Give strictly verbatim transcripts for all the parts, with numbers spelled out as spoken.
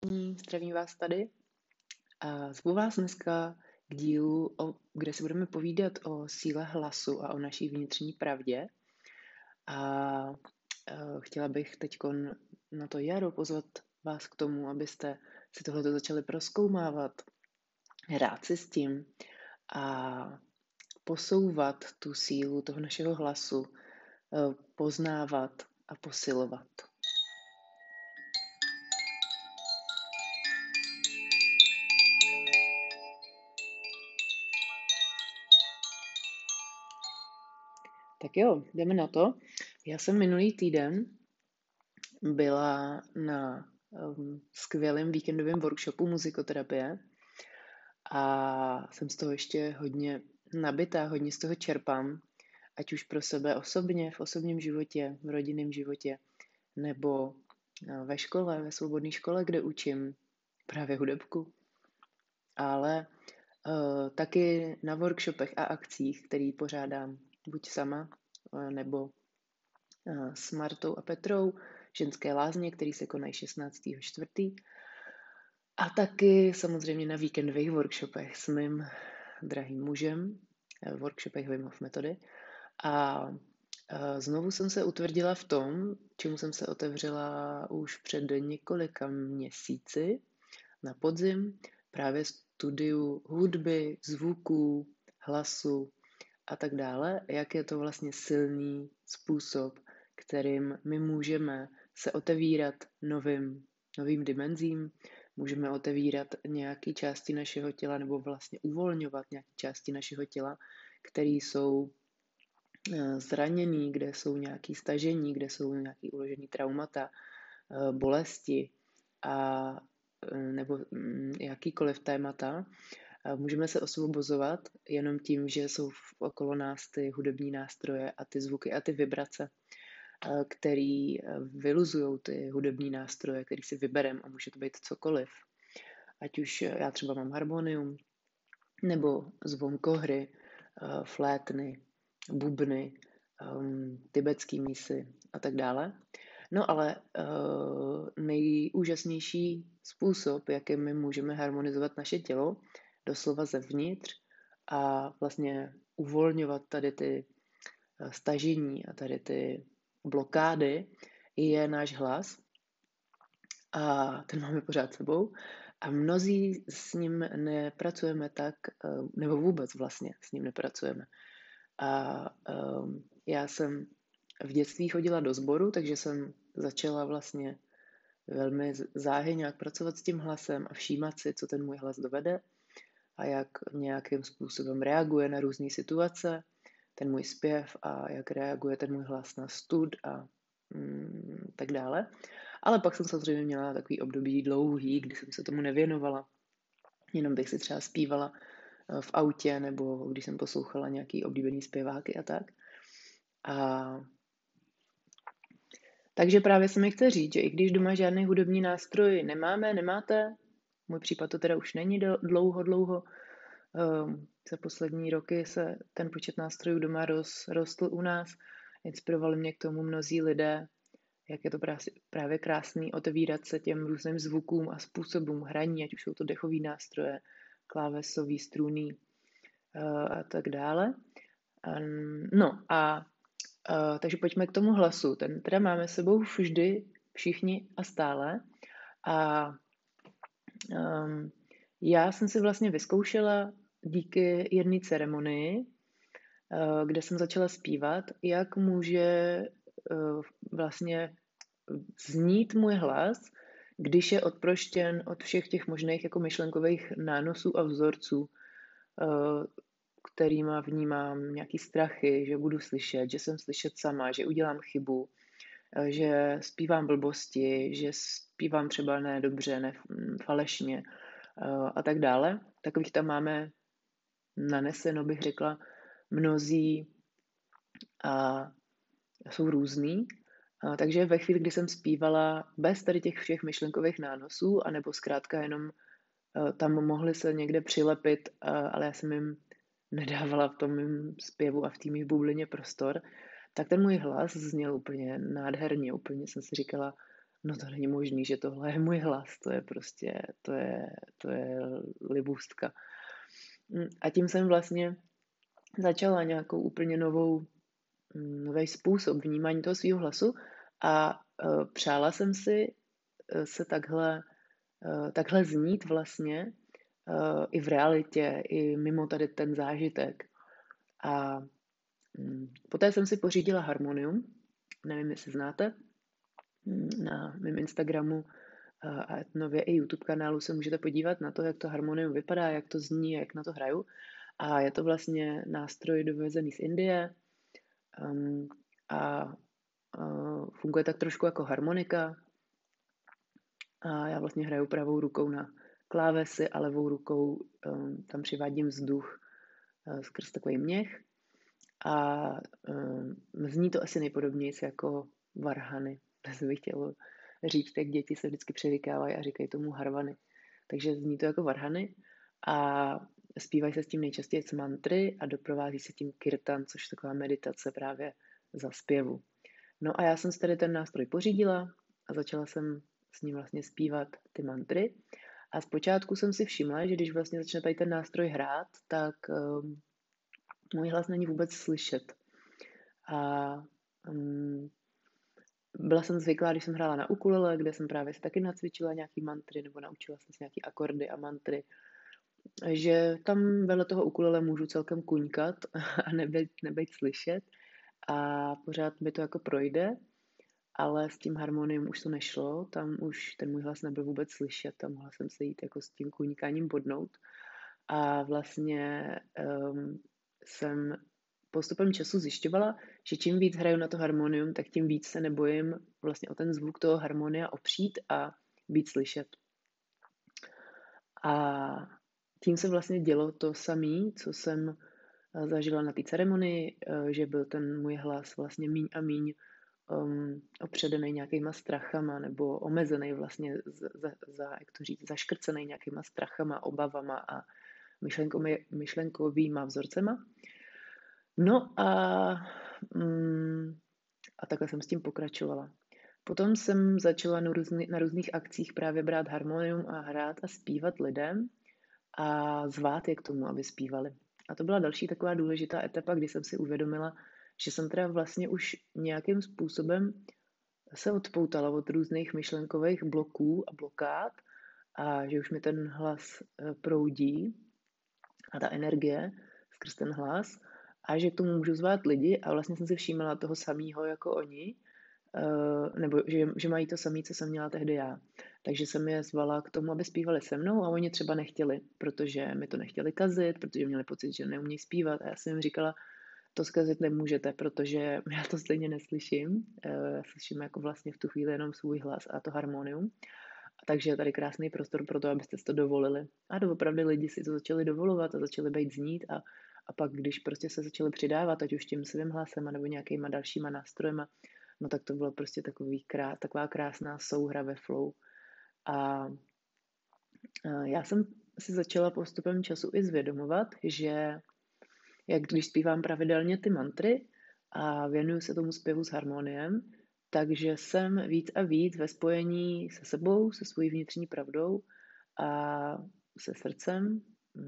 všichni, zdravím vás tady a zvu vás dneska k dílu, o, kde si budeme povídat o síle hlasu a o naší vnitřní pravdě. A uh, chtěla bych teď na to jaro pozvat vás k tomu, abyste si tohleto začali prozkoumávat, hrát si s tím a posouvat tu sílu toho našeho hlasu, uh, poznávat a posilovat. Tak jo, jdeme na to. Já jsem minulý týden byla na um, skvělém víkendovém workshopu muzikoterapie a jsem z toho ještě hodně nabitá, hodně z toho čerpám, ať už pro sebe osobně, v osobním životě, v rodinném životě, nebo ve škole, ve svobodné škole, kde učím právě hudebku, ale uh, taky na workshopech a akcích, který pořádám buď sama, uh, nebo uh, s Martou a Petrou, ženské lázně, který se konají šestnáctého čtvrtého A taky samozřejmě na víkendových workshopech s mým drahým mužem, v workshopech Wim Hof metody. A znovu jsem se utvrdila v tom, čemu jsem se otevřela už před několika měsíci na podzim, právě studiu hudby, zvuků, hlasu a tak dále, jak je to vlastně silný způsob, kterým my můžeme se otevírat novým, novým dimenzím, můžeme otevírat nějaké části našeho těla nebo vlastně uvolňovat nějaké části našeho těla, které jsou zraněný, kde jsou nějaké stažení, kde jsou nějaké uložené traumata, bolesti a nebo jakýkoliv témata. Můžeme se osvobozovat jenom tím, že jsou okolo nás ty hudební nástroje a ty zvuky a ty vibrace, který vyluzují ty hudební nástroje, který si vybereme a může to být cokoliv. Ať už já třeba mám harmonium, nebo zvonkohry, flétny, bubny, um, tibetský mísy a tak dále. No ale uh, nejúžasnější způsob, jakým my můžeme harmonizovat naše tělo, doslova zevnitř a vlastně uvolňovat tady ty stažení a tady ty blokády, je náš hlas. A ten máme pořád sebou. A mnozí s ním nepracujeme tak, nebo vůbec vlastně s ním nepracujeme. A um, já jsem v dětství chodila do sboru, takže jsem začala vlastně velmi záhy nějak pracovat s tím hlasem a všímat si, co ten můj hlas dovede a jak nějakým způsobem reaguje na různé situace, ten můj zpěv a jak reaguje ten můj hlas na stud a mm, tak dále. Ale pak jsem samozřejmě měla takový období dlouhý, kdy jsem se tomu nevěnovala. Jenom bych si třeba zpívala v autě, nebo když jsem poslouchala nějaký oblíbený zpěváky a tak. A takže právě se mi chce říct, že i když doma žádný hudební nástroj nemáme, nemáte, můj případ to teda už není dlouho, dlouho, za poslední roky se ten počet nástrojů doma roz, rostl u nás, inspirovali mě k tomu mnozí lidé, jak je to právě krásný otevírat se těm různým zvukům a způsobům hraní, ať už jsou to dechový nástroje, klávesový, strunný a tak dále. No a takže pojďme k tomu hlasu. Ten teda máme s sebou vždy, všichni a stále. A um, já jsem si vlastně vyzkoušela díky jedné ceremonii, uh, kde jsem začala zpívat, jak může uh, vlastně znít můj hlas, když je odproštěn od všech těch možných jako myšlenkových nánosů a vzorců, uh, kterýma vnímám nějaký strachy, že budu slyšet, že jsem slyšet sama, že udělám chybu, že zpívám blbosti, že zpívám třeba ne dobře, ne falešně a tak dále. Takových tam máme naneseno, bych řekla, mnozí a jsou různý. A takže ve chvíli, kdy jsem zpívala bez tady těch všech myšlenkových nánosů, anebo zkrátka jenom tam mohli se někde přilepit, ale já jsem jim nedávala v tom mým zpěvu a v té mý bublině prostor, tak ten můj hlas zněl úplně nádherně. Úplně jsem si říkala, no to není možný, že tohle je můj hlas, to je prostě, to je, to je libůstka. Mm, A tím jsem vlastně začala nějakou úplně novou, mm, nový způsob vnímání toho svého hlasu a uh, přála jsem si uh, se takhle, uh, takhle znít vlastně uh, i v realitě, i mimo tady ten zážitek. A mm, poté jsem si pořídila harmonium, nevím, jestli znáte, mm, na mém Instagramu uh, a nově i YouTube kanálu se můžete podívat na to, jak to harmonium vypadá, jak to zní, jak na to hraju. A je to vlastně nástroj dovezený z Indie um, a uh, funguje tak trošku jako harmonika. A já vlastně hraju pravou rukou na klávesy a levou rukou um, tam přivádím vzduch uh, skrz takový měch. A um, zní to asi nejpodobněji jako varhany. To bych chtěla říct, jak děti se vždycky převykávají a říkají tomu harvany. Takže zní to jako varhany a zpívají se s tím nejčastěji mantry a doprovází se tím kirtan, což je taková meditace právě za zpěvu. No a já jsem si tady ten nástroj pořídila a začala jsem s ním vlastně zpívat ty mantry. A zpočátku jsem si všimla, že když vlastně začne tady ten nástroj hrát, tak um, můj hlas není vůbec slyšet. A um, byla jsem zvyklá, když jsem hrála na ukulele, kde jsem právě si taky nacvičila nějaký mantry, nebo naučila jsem se nějaký akordy a mantry, že tam vedle toho ukulele můžu celkem kuňkat a nebejt, nebejt slyšet a pořád mi to jako projde, ale s tím harmoniem už to nešlo, tam už ten můj hlas nebyl vůbec slyšet, tam mohla jsem se jít jako s tím kuňkáním bodnout a vlastně um, jsem postupem času zjišťovala, že čím víc hraju na to harmonium, tak tím víc se nebojím vlastně o ten zvuk toho harmonia opřít a být slyšet. A tím se vlastně dělo to samé, co jsem zažila na té ceremonii, že byl ten můj hlas vlastně míň a míň um, opředený nějakýma strachama nebo omezený vlastně, za, za, za, jak to říct, zaškrcený nějakýma strachama, obavama a myšlenkovými, myšlenkovýma vzorcema. No a, mm, a takhle jsem s tím pokračovala. Potom jsem začala na, různý, na různých akcích právě brát harmonium a hrát a zpívat lidem a zvát je k tomu, aby zpívali. A to byla další taková důležitá etapa, kdy jsem si uvědomila, že jsem teda vlastně už nějakým způsobem se odpoutala od různých myšlenkových bloků a blokád a že už mi ten hlas proudí a ta energie skrz ten hlas a že k tomu můžu zvát lidi a vlastně jsem si všímala toho samého jako oni, nebo že, že mají to samé, co jsem měla tehdy já. Takže jsem je zvala k tomu, aby zpívali se mnou a oni třeba nechtěli, protože mi to nechtěli kazit, protože měli pocit, že neumějí zpívat a já jsem jim říkala, to zkazit nemůžete, protože já to stejně neslyším. Já slyším jako vlastně v tu chvíli jenom svůj hlas a to harmonium. Takže je tady krásný prostor pro to, abyste si to dovolili. A doopravdy lidi si to začali dovolovat a začali být znít a, a pak, když prostě se začali přidávat, ať už tím svým hlasem nebo nějakýma dalšíma nástrojema, no tak to bylo prostě takový krá, taková krásná souhra ve flow. A, a já jsem si začala postupem času i zvědomovat, že jak když zpívám pravidelně ty mantry a věnuju se tomu zpěvu s harmoniem, takže jsem víc a víc ve spojení se sebou, se svojí vnitřní pravdou a se srdcem.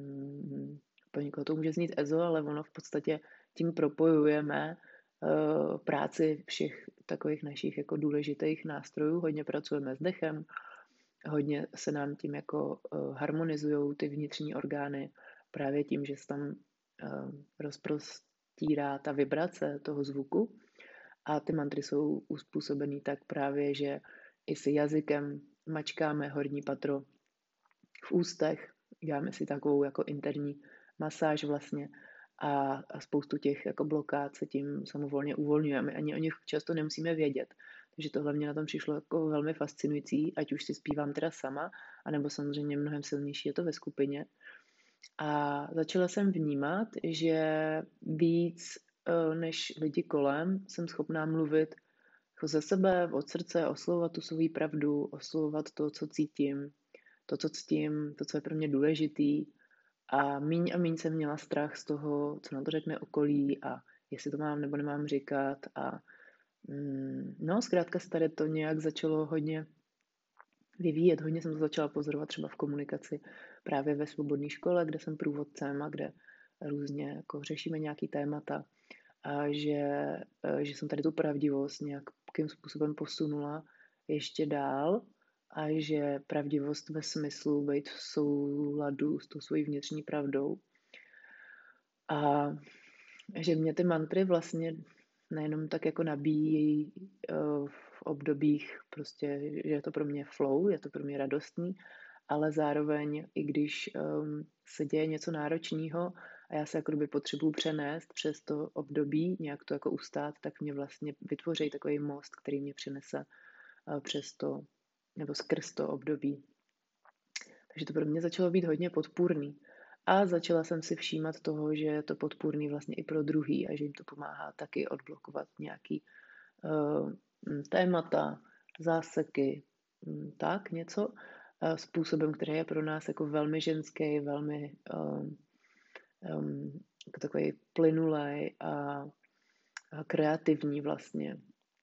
Pro někoho to může znít ezo, ale ono v podstatě tím propojujeme uh, práci všech takových našich jako důležitých nástrojů. Hodně pracujeme s dechem, hodně se nám tím jako uh, harmonizují ty vnitřní orgány právě tím, že se tam uh, rozprostírá ta vibrace toho zvuku. A ty mantry jsou uspůsobený tak právě, že i si jazykem mačkáme horní patro v ústech, děláme si takovou jako interní masáž vlastně a, a spoustu těch jako blokád se tím samovolně uvolňujeme. Ani o nich často nemusíme vědět. Takže tohle mě na tom přišlo jako velmi fascinující, ať už si zpívám teda sama, anebo samozřejmě mnohem silnější je to ve skupině. A začala jsem vnímat, že víc než lidi kolem jsem schopná mluvit jako ze sebe, od srdce, oslovovat tu svou pravdu, oslovovat to, co cítím, to, co ctím, to, co je pro mě důležitý. A míň a míň jsem měla strach z toho, co na to řekne okolí a jestli to mám nebo nemám říkat. A Mm, no, zkrátka se tady to nějak začalo hodně vyvíjet. Hodně jsem to začala pozorovat třeba v komunikaci právě ve svobodné škole, kde jsem průvodcem a kde různě jako řešíme nějaký témata a že, eh, že jsem tady tu pravdivost nějakým způsobem posunula ještě dál a že pravdivost ve smyslu být v souladu s tou svojí vnitřní pravdou. A že mě ty mantry vlastně nejenom tak jako nabíjejí eh, v obdobích prostě, že je to pro mě flow, je to pro mě radostný, ale zároveň, i když um, se děje něco náročného a já se jako kdyby potřebuji přenést přes to období, nějak to jako ustát, tak mě vlastně vytvoří takový most, který mě přinese uh, přes to, nebo skrz to období. Takže to pro mě začalo být hodně podpůrný. A začala jsem si všímat toho, že je to podpůrný vlastně i pro druhý a že jim to pomáhá taky odblokovat nějaký uh, témata, záseky, tak něco, uh, způsobem, který je pro nás jako velmi ženský, velmi um, um, jako takový plynulej a, a kreativní vlastně.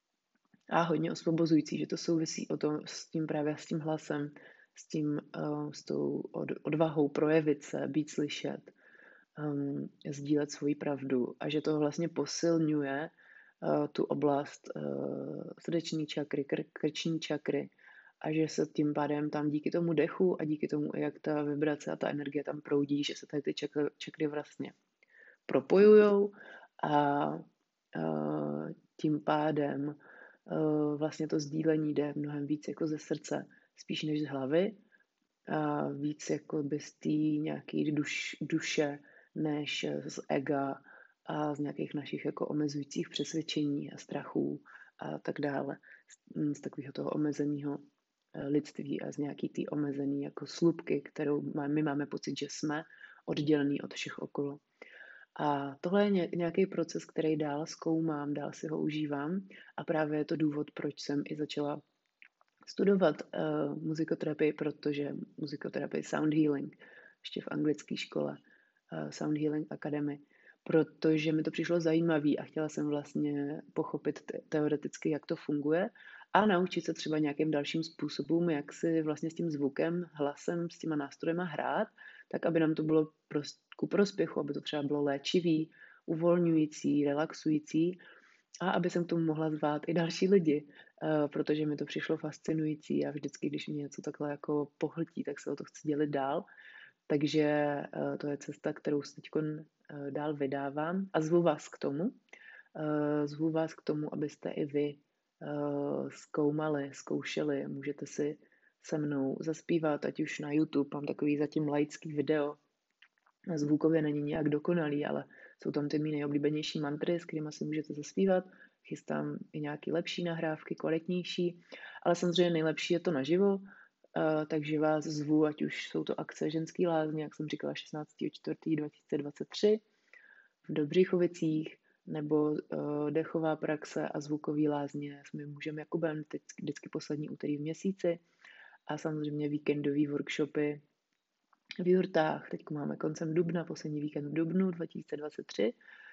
A hodně osvobozující, že to souvisí o tom, s tím právě s tím hlasem, s tím, uh, s tou od, odvahou projevit se, být slyšet, um, sdílet svoji pravdu a že to vlastně posilňuje uh, tu oblast uh, srdeční čakry, kr- krční čakry a že se tím pádem tam díky tomu dechu a díky tomu, jak ta vibrace a ta energie tam proudí, že se tady ty čakry, čakry vlastně propojujou a uh, tím pádem uh, vlastně to sdílení jde mnohem víc jako ze srdce, spíš než z hlavy, a víc jako by z té nějaký duš, duše, než z ega a z nějakých našich jako omezujících přesvědčení a strachů a tak dále. Z, z takového toho omezeného lidství a z nějaký té omezený jako slupky, kterou má, my máme pocit, že jsme oddělený od všech okolo. A tohle je nějaký proces, který dál zkoumám, dál si ho užívám a právě je to důvod, proč jsem i začala studovat uh, muzikoterapii, protože muzikoterapii Sound Healing, ještě v anglické škole uh, Sound Healing Academy, protože mi to přišlo zajímavé a chtěla jsem vlastně pochopit te- teoreticky, jak to funguje a naučit se třeba nějakým dalším způsobům, jak si vlastně s tím zvukem, hlasem, s těma nástrojema hrát, tak aby nám to bylo prost, ku prospěchu, aby to třeba bylo léčivý, uvolňující, relaxující a aby jsem k tomu mohla zvát i další lidi, uh, protože mi to přišlo fascinující a vždycky, když mě něco takhle jako pohltí, tak se o to chci dělit dál. Takže uh, to je cesta, kterou se teď uh, dál vydávám a zvu vás k tomu. Uh, zvu vás k tomu, abyste i vy uh, zkoumali, zkoušeli. Můžete si se mnou zaspívat, ať už na YouTube, mám takový zatím laický video. Zvukově není nějak dokonalý, ale jsou tam ty mý nejoblíbenější mantry, s kterými si můžete zaspívat. Chystám i nějaké lepší nahrávky, kvalitnější, ale samozřejmě nejlepší je to naživo, uh, takže vás zvu, ať už jsou to akce Ženský lázně, jak jsem říkala, šestnáctého čtvrtého dva tisíce dvacet tři v Dobříchovicích, nebo uh, dechová praxe a zvukový lázně s mým mužem Jakubem, teď vždycky poslední úterý v měsíci a samozřejmě víkendový workshopy v Jurtách. Teď máme koncem dubna, poslední víkend v dubnu dva tisíce dvacet tři,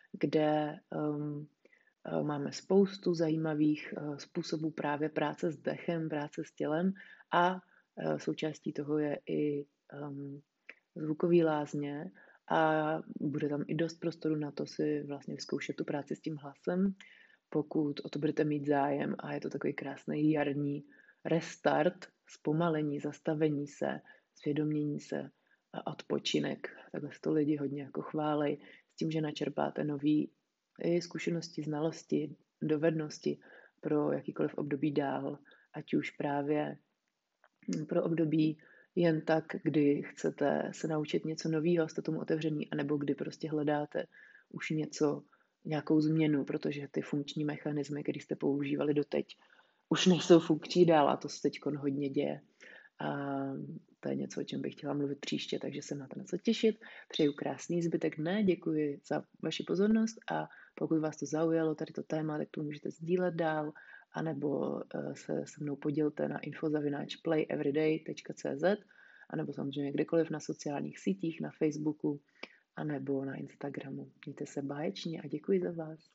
kde um, máme spoustu zajímavých uh, způsobů právě práce s dechem, práce s tělem a uh, součástí toho je i um, zvukový lázně a bude tam i dost prostoru na to si vlastně vyzkoušet tu práci s tím hlasem, pokud o to budete mít zájem a je to takový krásný jarní restart, zpomalení, zastavení se, zvědomění se a odpočinek. Takhle to lidi hodně jako chválej s tím, že načerpáte nový zkušenosti, znalosti, dovednosti pro jakýkoliv období dál, ať už právě pro období jen tak, kdy chcete se naučit něco nového, jste tomu otevřený, anebo kdy prostě hledáte už něco, nějakou změnu, protože ty funkční mechanismy, které jste používali doteď, už nejsou funkční dál a to se teď hodně děje. A to je něco, o čem bych chtěla mluvit příště, takže se na to něco těšit. Přeju krásný zbytek dne, děkuji za vaši pozornost a pokud vás to zaujalo, tady to téma, tak to můžete sdílet dál, anebo se se mnou podělte na info zavináč play everyday tečka cé zet, anebo samozřejmě kdekoliv na sociálních sítích, na Facebooku, anebo na Instagramu. Mějte se báječně a děkuji za vás.